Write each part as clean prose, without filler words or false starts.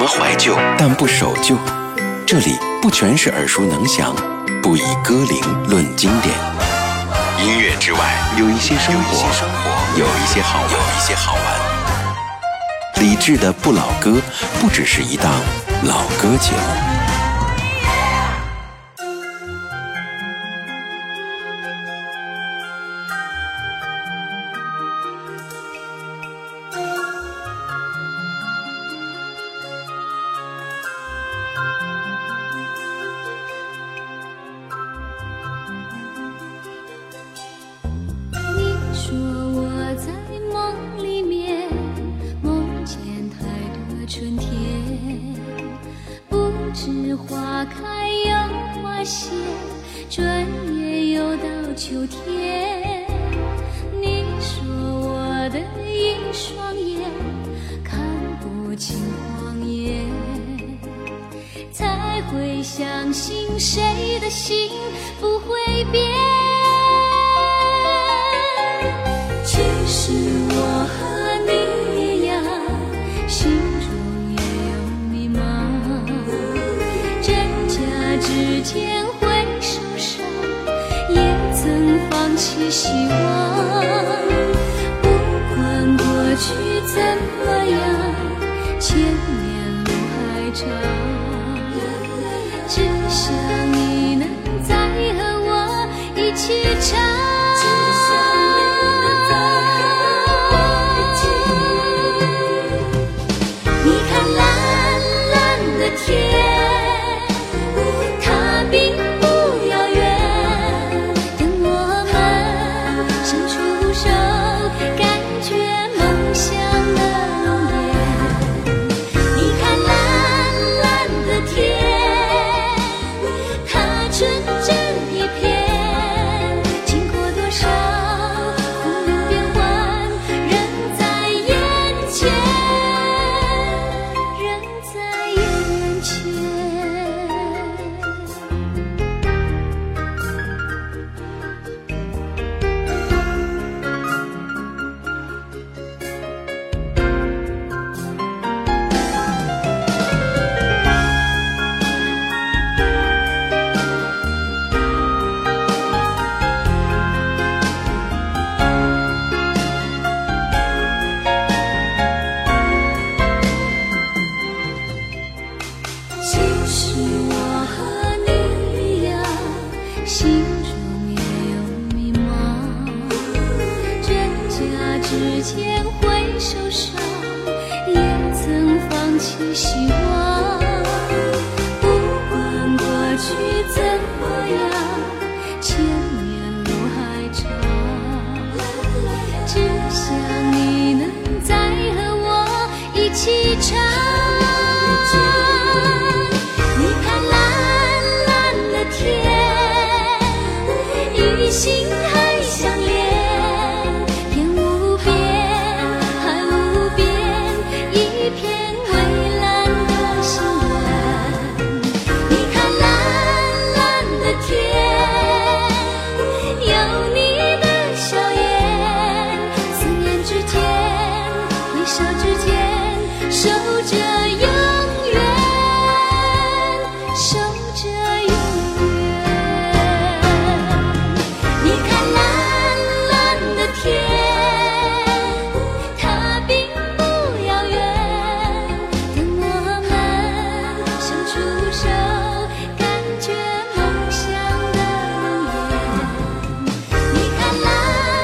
么怀旧，但不守旧。这里不全是耳熟能详，不以歌龄论经典。音乐之外，有一些生活，有一些好玩。理智的不老歌，不只是一档老歌节目。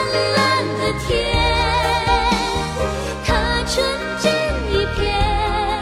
纯真一片。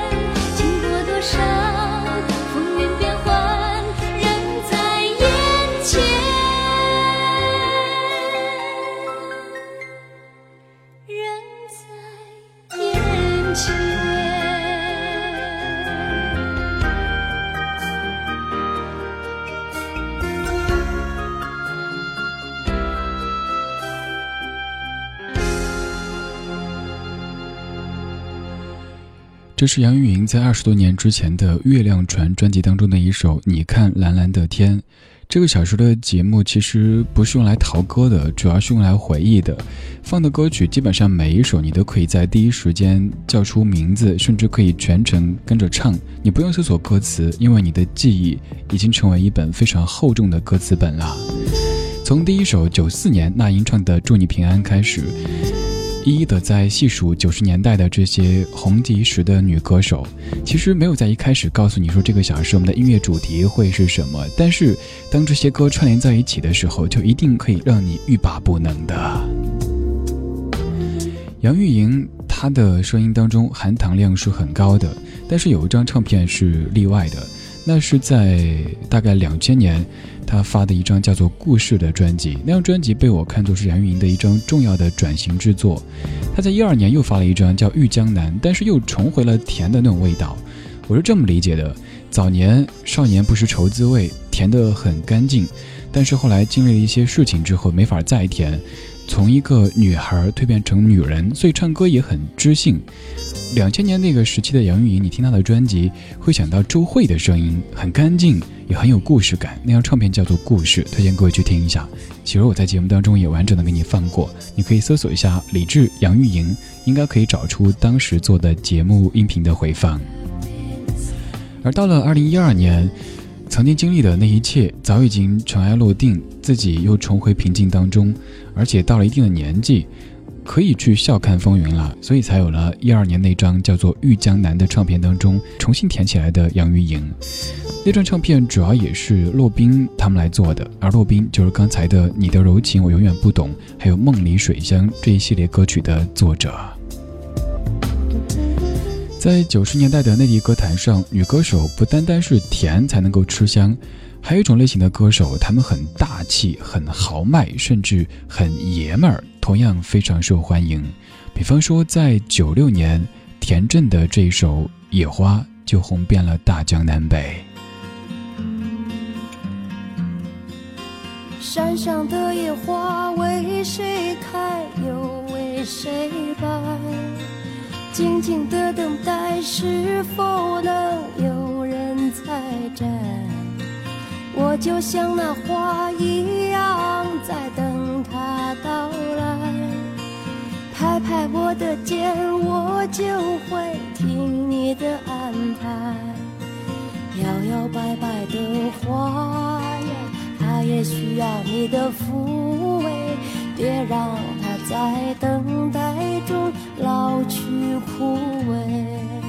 这是杨钰莹在20多年之前的《月亮船》专辑当中的一首《你看蓝蓝的天》。这个小时的节目其实不是用来淘歌的，主要是用来回忆的。放的歌曲基本上每一首你都可以在第一时间叫出名字，甚至可以全程跟着唱。你不用搜索歌词，因为你的记忆已经成为一本非常厚重的歌词本了。从第一首94年那英唱的《祝你平安》开始，一一的在细数90年代的这些红极一时的女歌手。其实没有在一开始告诉你说这个小时我们的音乐主题会是什么，但是当这些歌串联在一起的时候，就一定可以让你欲罢不能的。杨钰莹她的声音当中含糖量是很高的，但是有一张唱片是例外的，那是在大概2000年他发的一张叫做《故事》的专辑。那张专辑被我看作是杨钰莹的一张重要的转型之作。他在12年又发了一张叫《玉江南》，但是又重回了甜的那种味道。我是这么理解的，早年少年不识愁滋味，甜得很干净，但是后来经历了一些事情之后没法再甜，从一个女孩蜕变成女人，所以唱歌也很知性。2000年那个时期的杨钰莹，你听她的专辑会想到周蕙的声音，很干净也很有故事感。那张唱片叫做《故事》，推荐各位去听一下。其实我在节目当中也完整的给你放过，你可以搜索一下李志杨钰莹，应该可以找出当时做的节目音频的回放。而到了2012年，曾经经历的那一切早已经尘埃落定，自己又重回平静当中，而且到了一定的年纪可以去笑看风云了，所以才有了12年那张叫做《玉江南》的唱片当中重新填起来的杨钰莹。那张唱片主要也是骆宾他们来做的，而骆宾就是刚才的《你的柔情我永远不懂》还有《梦里水乡》这一系列歌曲的作者。在90年代的内地歌坛上，女歌手不单单是甜才能够吃香，还有一种类型的歌手，他们很大气很豪迈，甚至很爷们儿，同样非常受欢迎。比方说在96年田震的这一首《野花》就红遍了大江南北。 山上的野花为谁开又为谁败，静静的等待是否能有人采摘，我就像那花一样在等它到来，拍拍我的肩我就会听你的安排，摇摇摆摆的花呀，它也需要你的抚慰，别让它在等待中老去枯萎。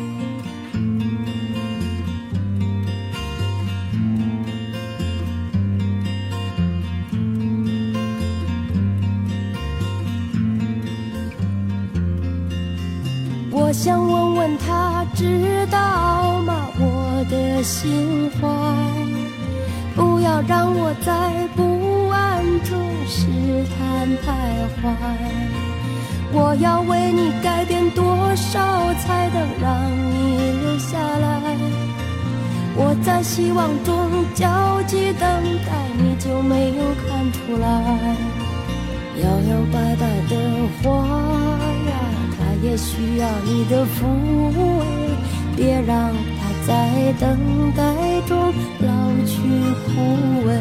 我想问问他知道吗我的心怀，不要让我在不安中试探徘徊，我要为你改变多少才能让你留下来，我在希望中焦急等待，你就没有看出来，摇摇摆摆的花呀，它也需要你的抚慰，别让它在等待中老去枯萎。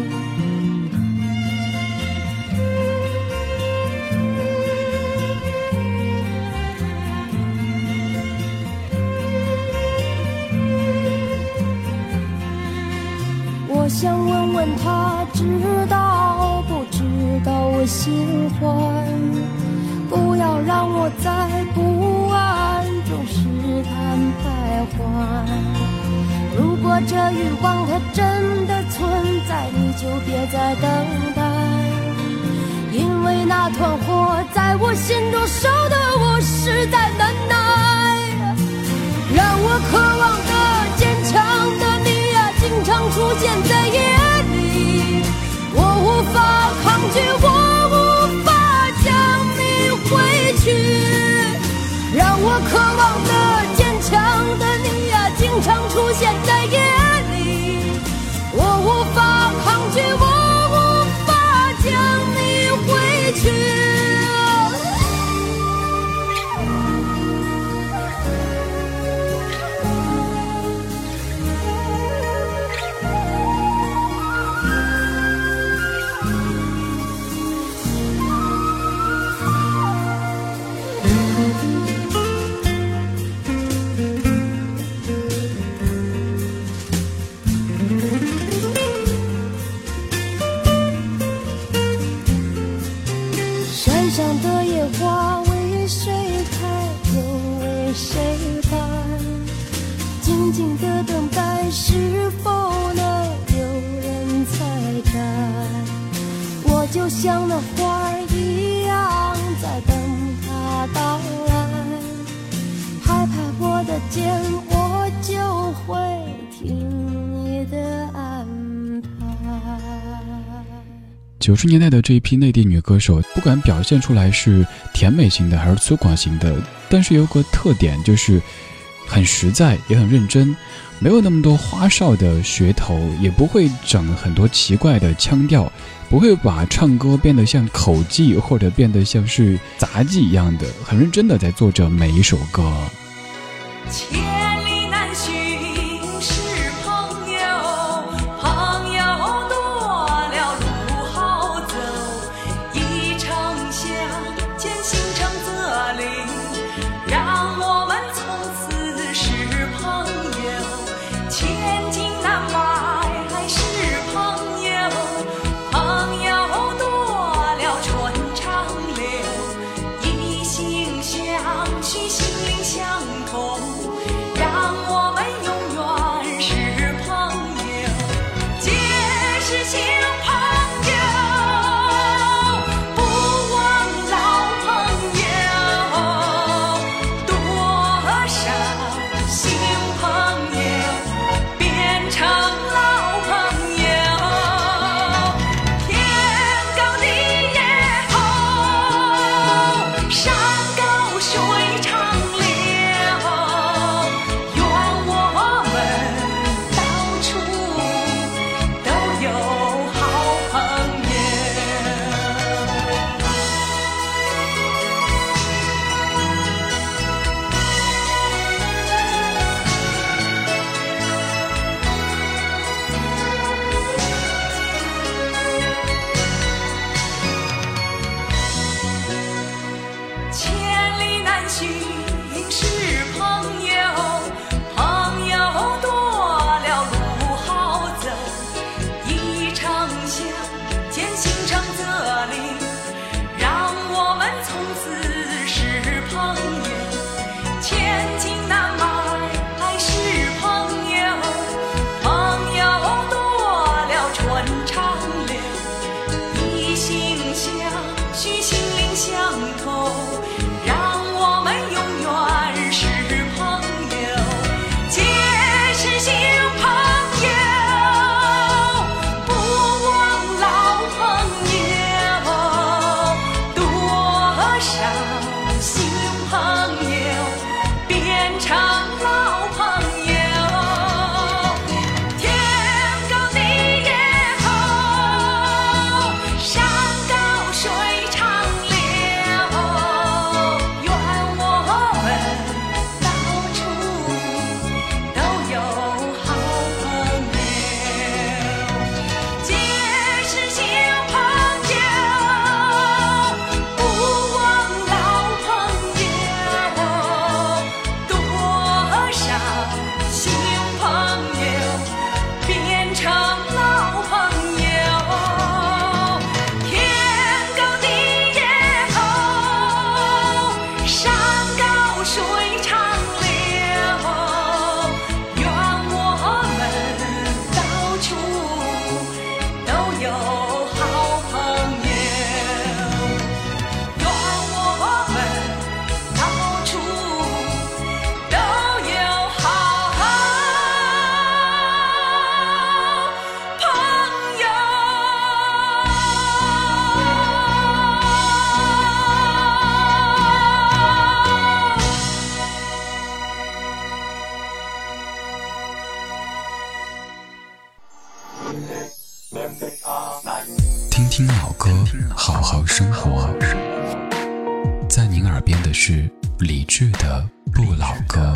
我想问问他知道不知道我心怀，不要让我在不安中试探徘徊，如果这欲望它真的存在，你就别再等待，因为那团火在我心中烧得我实在难耐，让我渴望的坚强的你呀，经常出现在夜里，我无法抗拒，我无法将你挥去，让我渴望的坚强的你呀，经常出现在夜里，我无法抗拒，我无法将你挥去。 静的等待，是否能有人采摘？我就像那花儿一样，在等它到来。拍拍我的肩，我就会听你的安排。 90年代的这一批内地女歌手，不管表现出来是甜美型的还是粗犷型的，但是有个特点，就是很实在也很认真，没有那么多花哨的噱头，也不会整很多奇怪的腔调，不会把唱歌变得像口技或者变得像是杂技一样的，很认真的在做着每一首歌。 千里难寻是朋友，朋友多了路好走，一程相见心诚则灵，让我们从此是朋友，千金难买还是朋友，朋友多了春长流，一心相许心灵相通，让我们永远是朋友，皆是新朋友，不忘老朋友，多少新朋友变成老朋友，天高地也厚，山高水长流，愿我们到处都有好朋友。千里难寻是朋友，朋友多了路好走，一程相见心诚则灵，让我们从此是朋友，千金难买还是朋友，朋友多了春长流，一心相许心灵相通，让我们永远是朋友，皆是新朋友，不忘老朋友，多少新朋友变成老朋友，天高地也厚，山高水长流，愿我们到处都有好朋友，皆是新朋友，不忘老朋友，多少新朋友变成老朋友，天高地也厚，山高水长流，愿我们到处都有好朋友，愿我们到处都有好朋友。 听听老歌，好好生活。在您耳边的是理智的不老歌。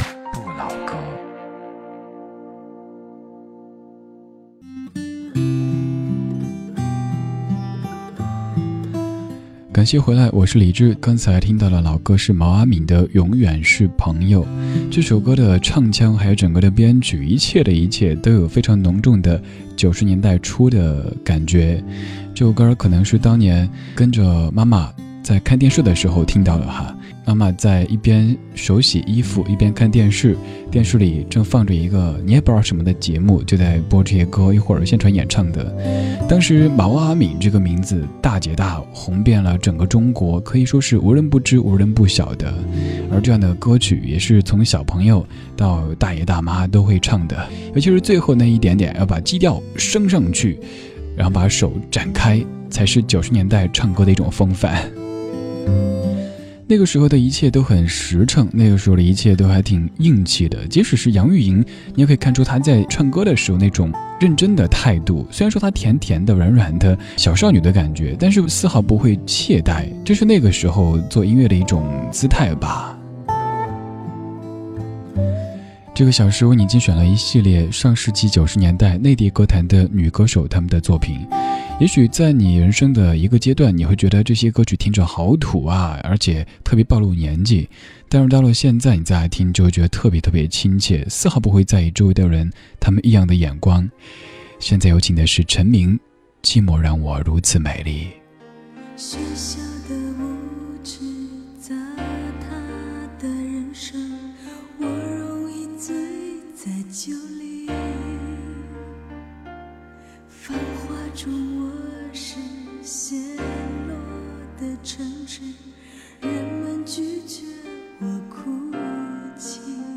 感谢回来，我是李志。刚才听到的老歌是毛阿敏的《永远是朋友》。这首歌的唱腔还有整个的编曲，一切的一切都有非常浓重的90年代初的感觉。这首歌可能是当年跟着妈妈在看电视的时候听到了哈。妈妈在一边手洗衣服一边看电视，电视里正放着一个你也不知道什么的节目，就在播这些歌，一会儿现场演唱的。当时马沃阿敏这个名字大姐大，红遍了整个中国，可以说是无人不知无人不晓的。而这样的歌曲也是从小朋友到大爷大妈都会唱的，尤其是最后那一点点要把基调升上去，然后把手展开，才是90年代唱歌的一种风范。那个时候的一切都很实诚，那个时候的一切都还挺硬气的。即使是杨钰莹，你也可以看出她在唱歌的时候那种认真的态度。虽然说她甜甜的、软软的小少女的感觉，但是丝毫不会懈怠，这是那个时候做音乐的一种姿态吧。这个小时为你精选了一系列上世纪90年代内地歌坛的女歌手她们的作品。也许在你人生的一个阶段，你会觉得这些歌曲听着好土啊，而且特别暴露年纪，但是到了现在你再来听，就会觉得特别特别亲切，丝毫不会在意周围的人他们异样的眼光。现在有请的是陈明，寂寞让我如此美丽。 学校的无知砸塌的人生，我容易醉在酒里，繁华中我是陷落的城市，人们拒绝我哭泣，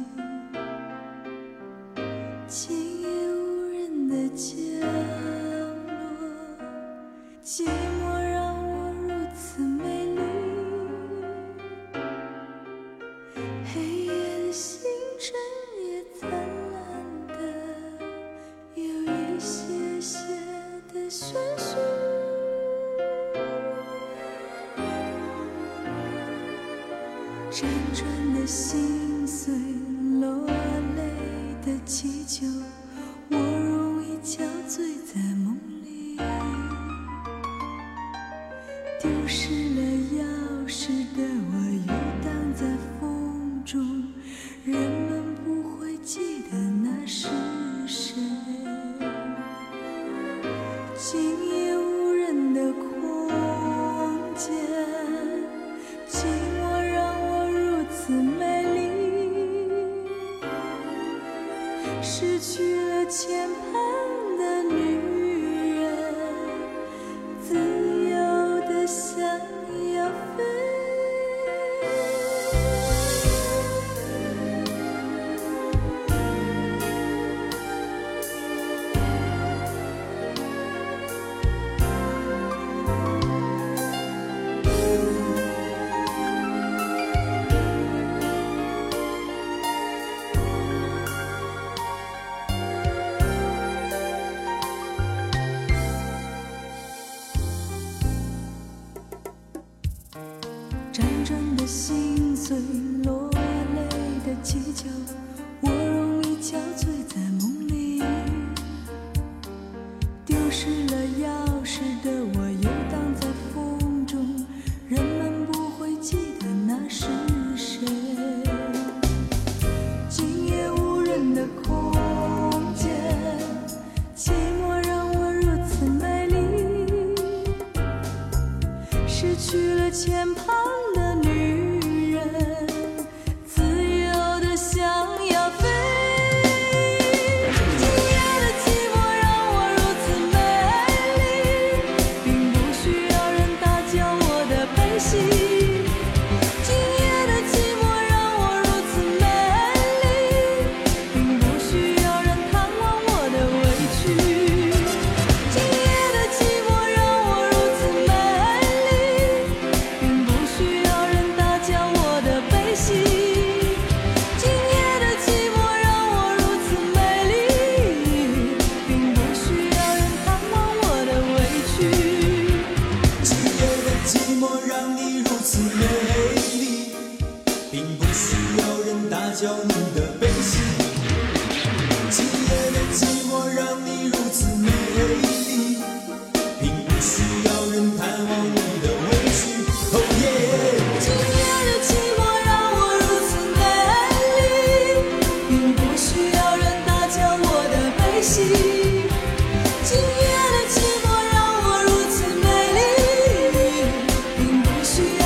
今夜无人的角落，寂寞让我如此美丽，黑夜的星辰也灿烂的有一些些的宣叙，辗转的心碎，落泪的祈求，我容易憔悴在梦里，丢失了钥匙的我游荡在风中，人们不会记得那是谁，今夜无人的空间，寂寞让我如此美丽，失去了牵绊的女人，自由地想要飞。辗转的心碎，落泪的祈求，我容易憔悴在梦里，丢失了钥匙的我游荡在风中，人们不会记得那是谁，今夜无人的空间，寂寞让我如此美丽，失去了牵绊的女人，自由地想要飞。今夜的寂寞让我如此美丽，并不需要人打搅我的悲喜。今夜的寂寞让我如此美丽，并不需要人探望我的委屈。今夜的寂寞让我如此美丽，并不需要人打搅我的悲喜。今夜的寂寞让我如此美丽，并不需要人探望我的委屈。 今夜的寂寞让你如此美丽，并不需要人打搅你的悲喜。今夜的寂寞让你如此美丽，并不需要人探望你的委屈。Oh yeah。 今夜的寂寞让我如此美丽，并不需要人打搅我的悲喜。今夜的寂寞让我如此美丽，并不需要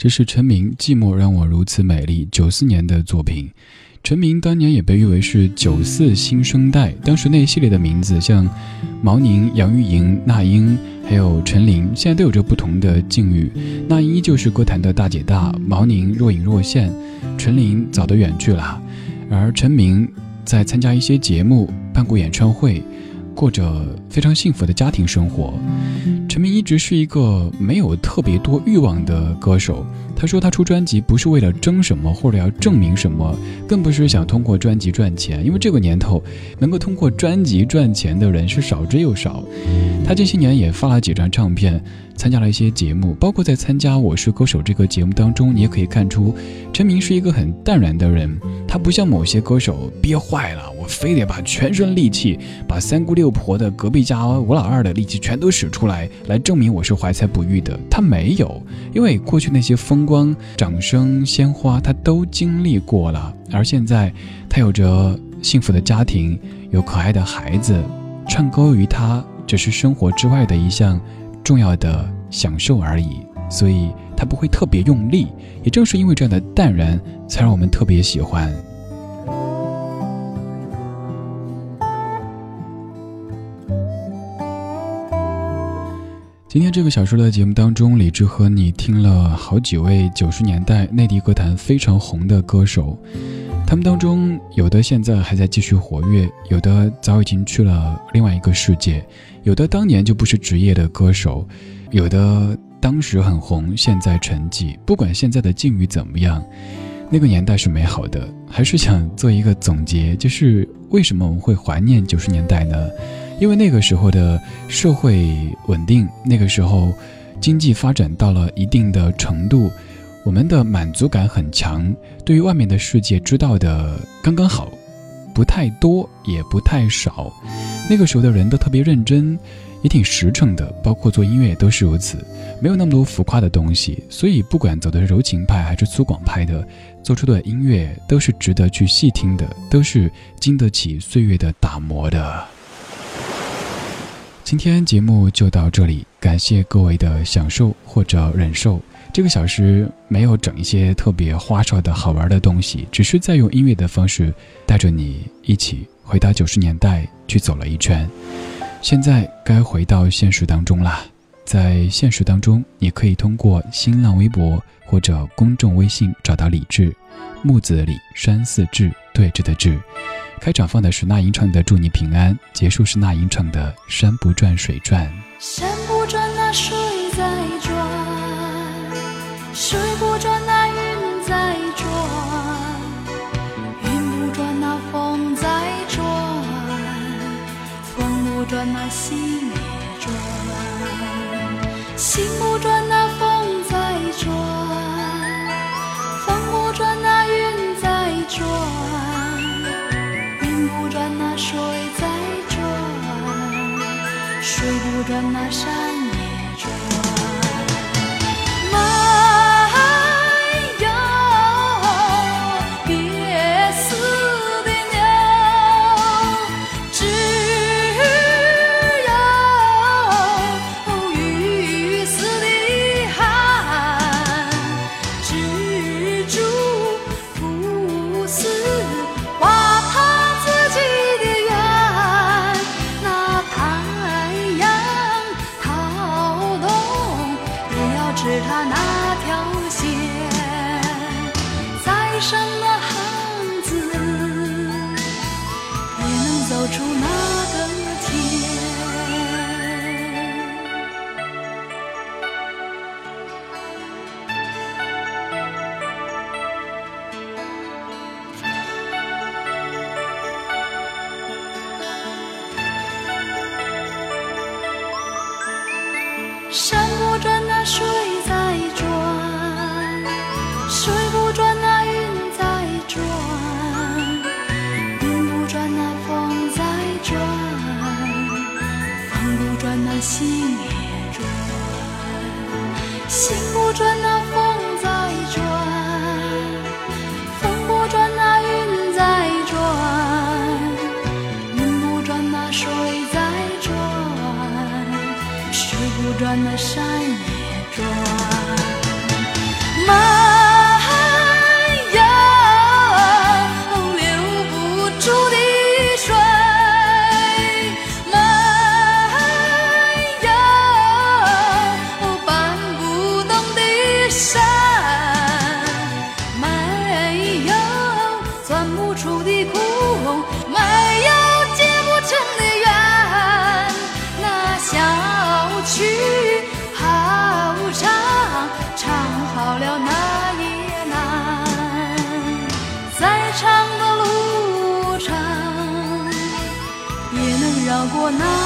这是陈明《寂寞让我如此美丽》94年的作品。陈明当年也被誉为是94新生代，当时那一系列的名字像毛宁、杨钰莹、那英还有陈琳，现在都有着不同的境遇。那英依旧是歌坛的大姐大，毛宁若隐若现，陈琳早都远去了。而陈明在参加一些节目，办过演唱会，过着非常幸福的家庭生活。陈明一直是一个没有特别多欲望的歌手，他说他出专辑不是为了争什么或者要证明什么，更不是想通过专辑赚钱，因为这个年头能够通过专辑赚钱的人是少之又少。他这些年也发了几张唱片，参加了一些节目，包括在参加《我是歌手》这个节目当中，你也可以看出陈明是一个很淡然的人。他不像某些歌手憋坏了，我非得把全身力气，把三姑六婆的隔壁家我老二的力气全都使出来证明我是怀才不遇的。他没有，因为过去那些风光掌声鲜花他都经历过了，而现在他有着幸福的家庭，有可爱的孩子，唱歌于他只是生活之外的一项重要的享受而已，所以他不会特别用力，也正是因为这样的淡然，才让我们特别喜欢。今天这个小时的节目当中，李志和你听了好几位90年代内地歌坛非常红的歌手，他们当中有的现在还在继续活跃，有的早已经去了另外一个世界，有的当年就不是职业的歌手，有的当时很红，现在沉寂。不管现在的境遇怎么样，那个年代是美好的。还是想做一个总结，就是为什么我们会怀念90年代呢？因为那个时候的社会稳定，那个时候经济发展到了一定的程度，我们的满足感很强，对于外面的世界知道的刚刚好，不太多也不太少。那个时候的人都特别认真，也挺实诚的，包括做音乐也都是如此，没有那么多浮夸的东西，所以不管走的是柔情派还是粗犷派的，做出的音乐都是值得去细听的，都是经得起岁月的打磨的。今天节目就到这里，感谢各位的享受或者忍受。这个小时没有整一些特别花哨的好玩的东西，只是在用音乐的方式带着你一起回到90年代去走了一圈。现在该回到现实当中啦，在现实当中你可以通过新浪微博或者公众微信找到李志，木子李山寺志，对峙的志。开场放的是那英唱的祝你平安，结束是那英唱的山不转水转。 山不转那水在转，水不转那云在转，云不转那风在转，风不转那心也转，心不转那风在转，风不转那云在转，云不转那水在转，水不转那山也转。山不转那水在转，水不转那云在转，云不转那风在转，风不转那心也转，心不转那风在转，风不转那云在转，云不转那水在转，水不转那山也转。 我那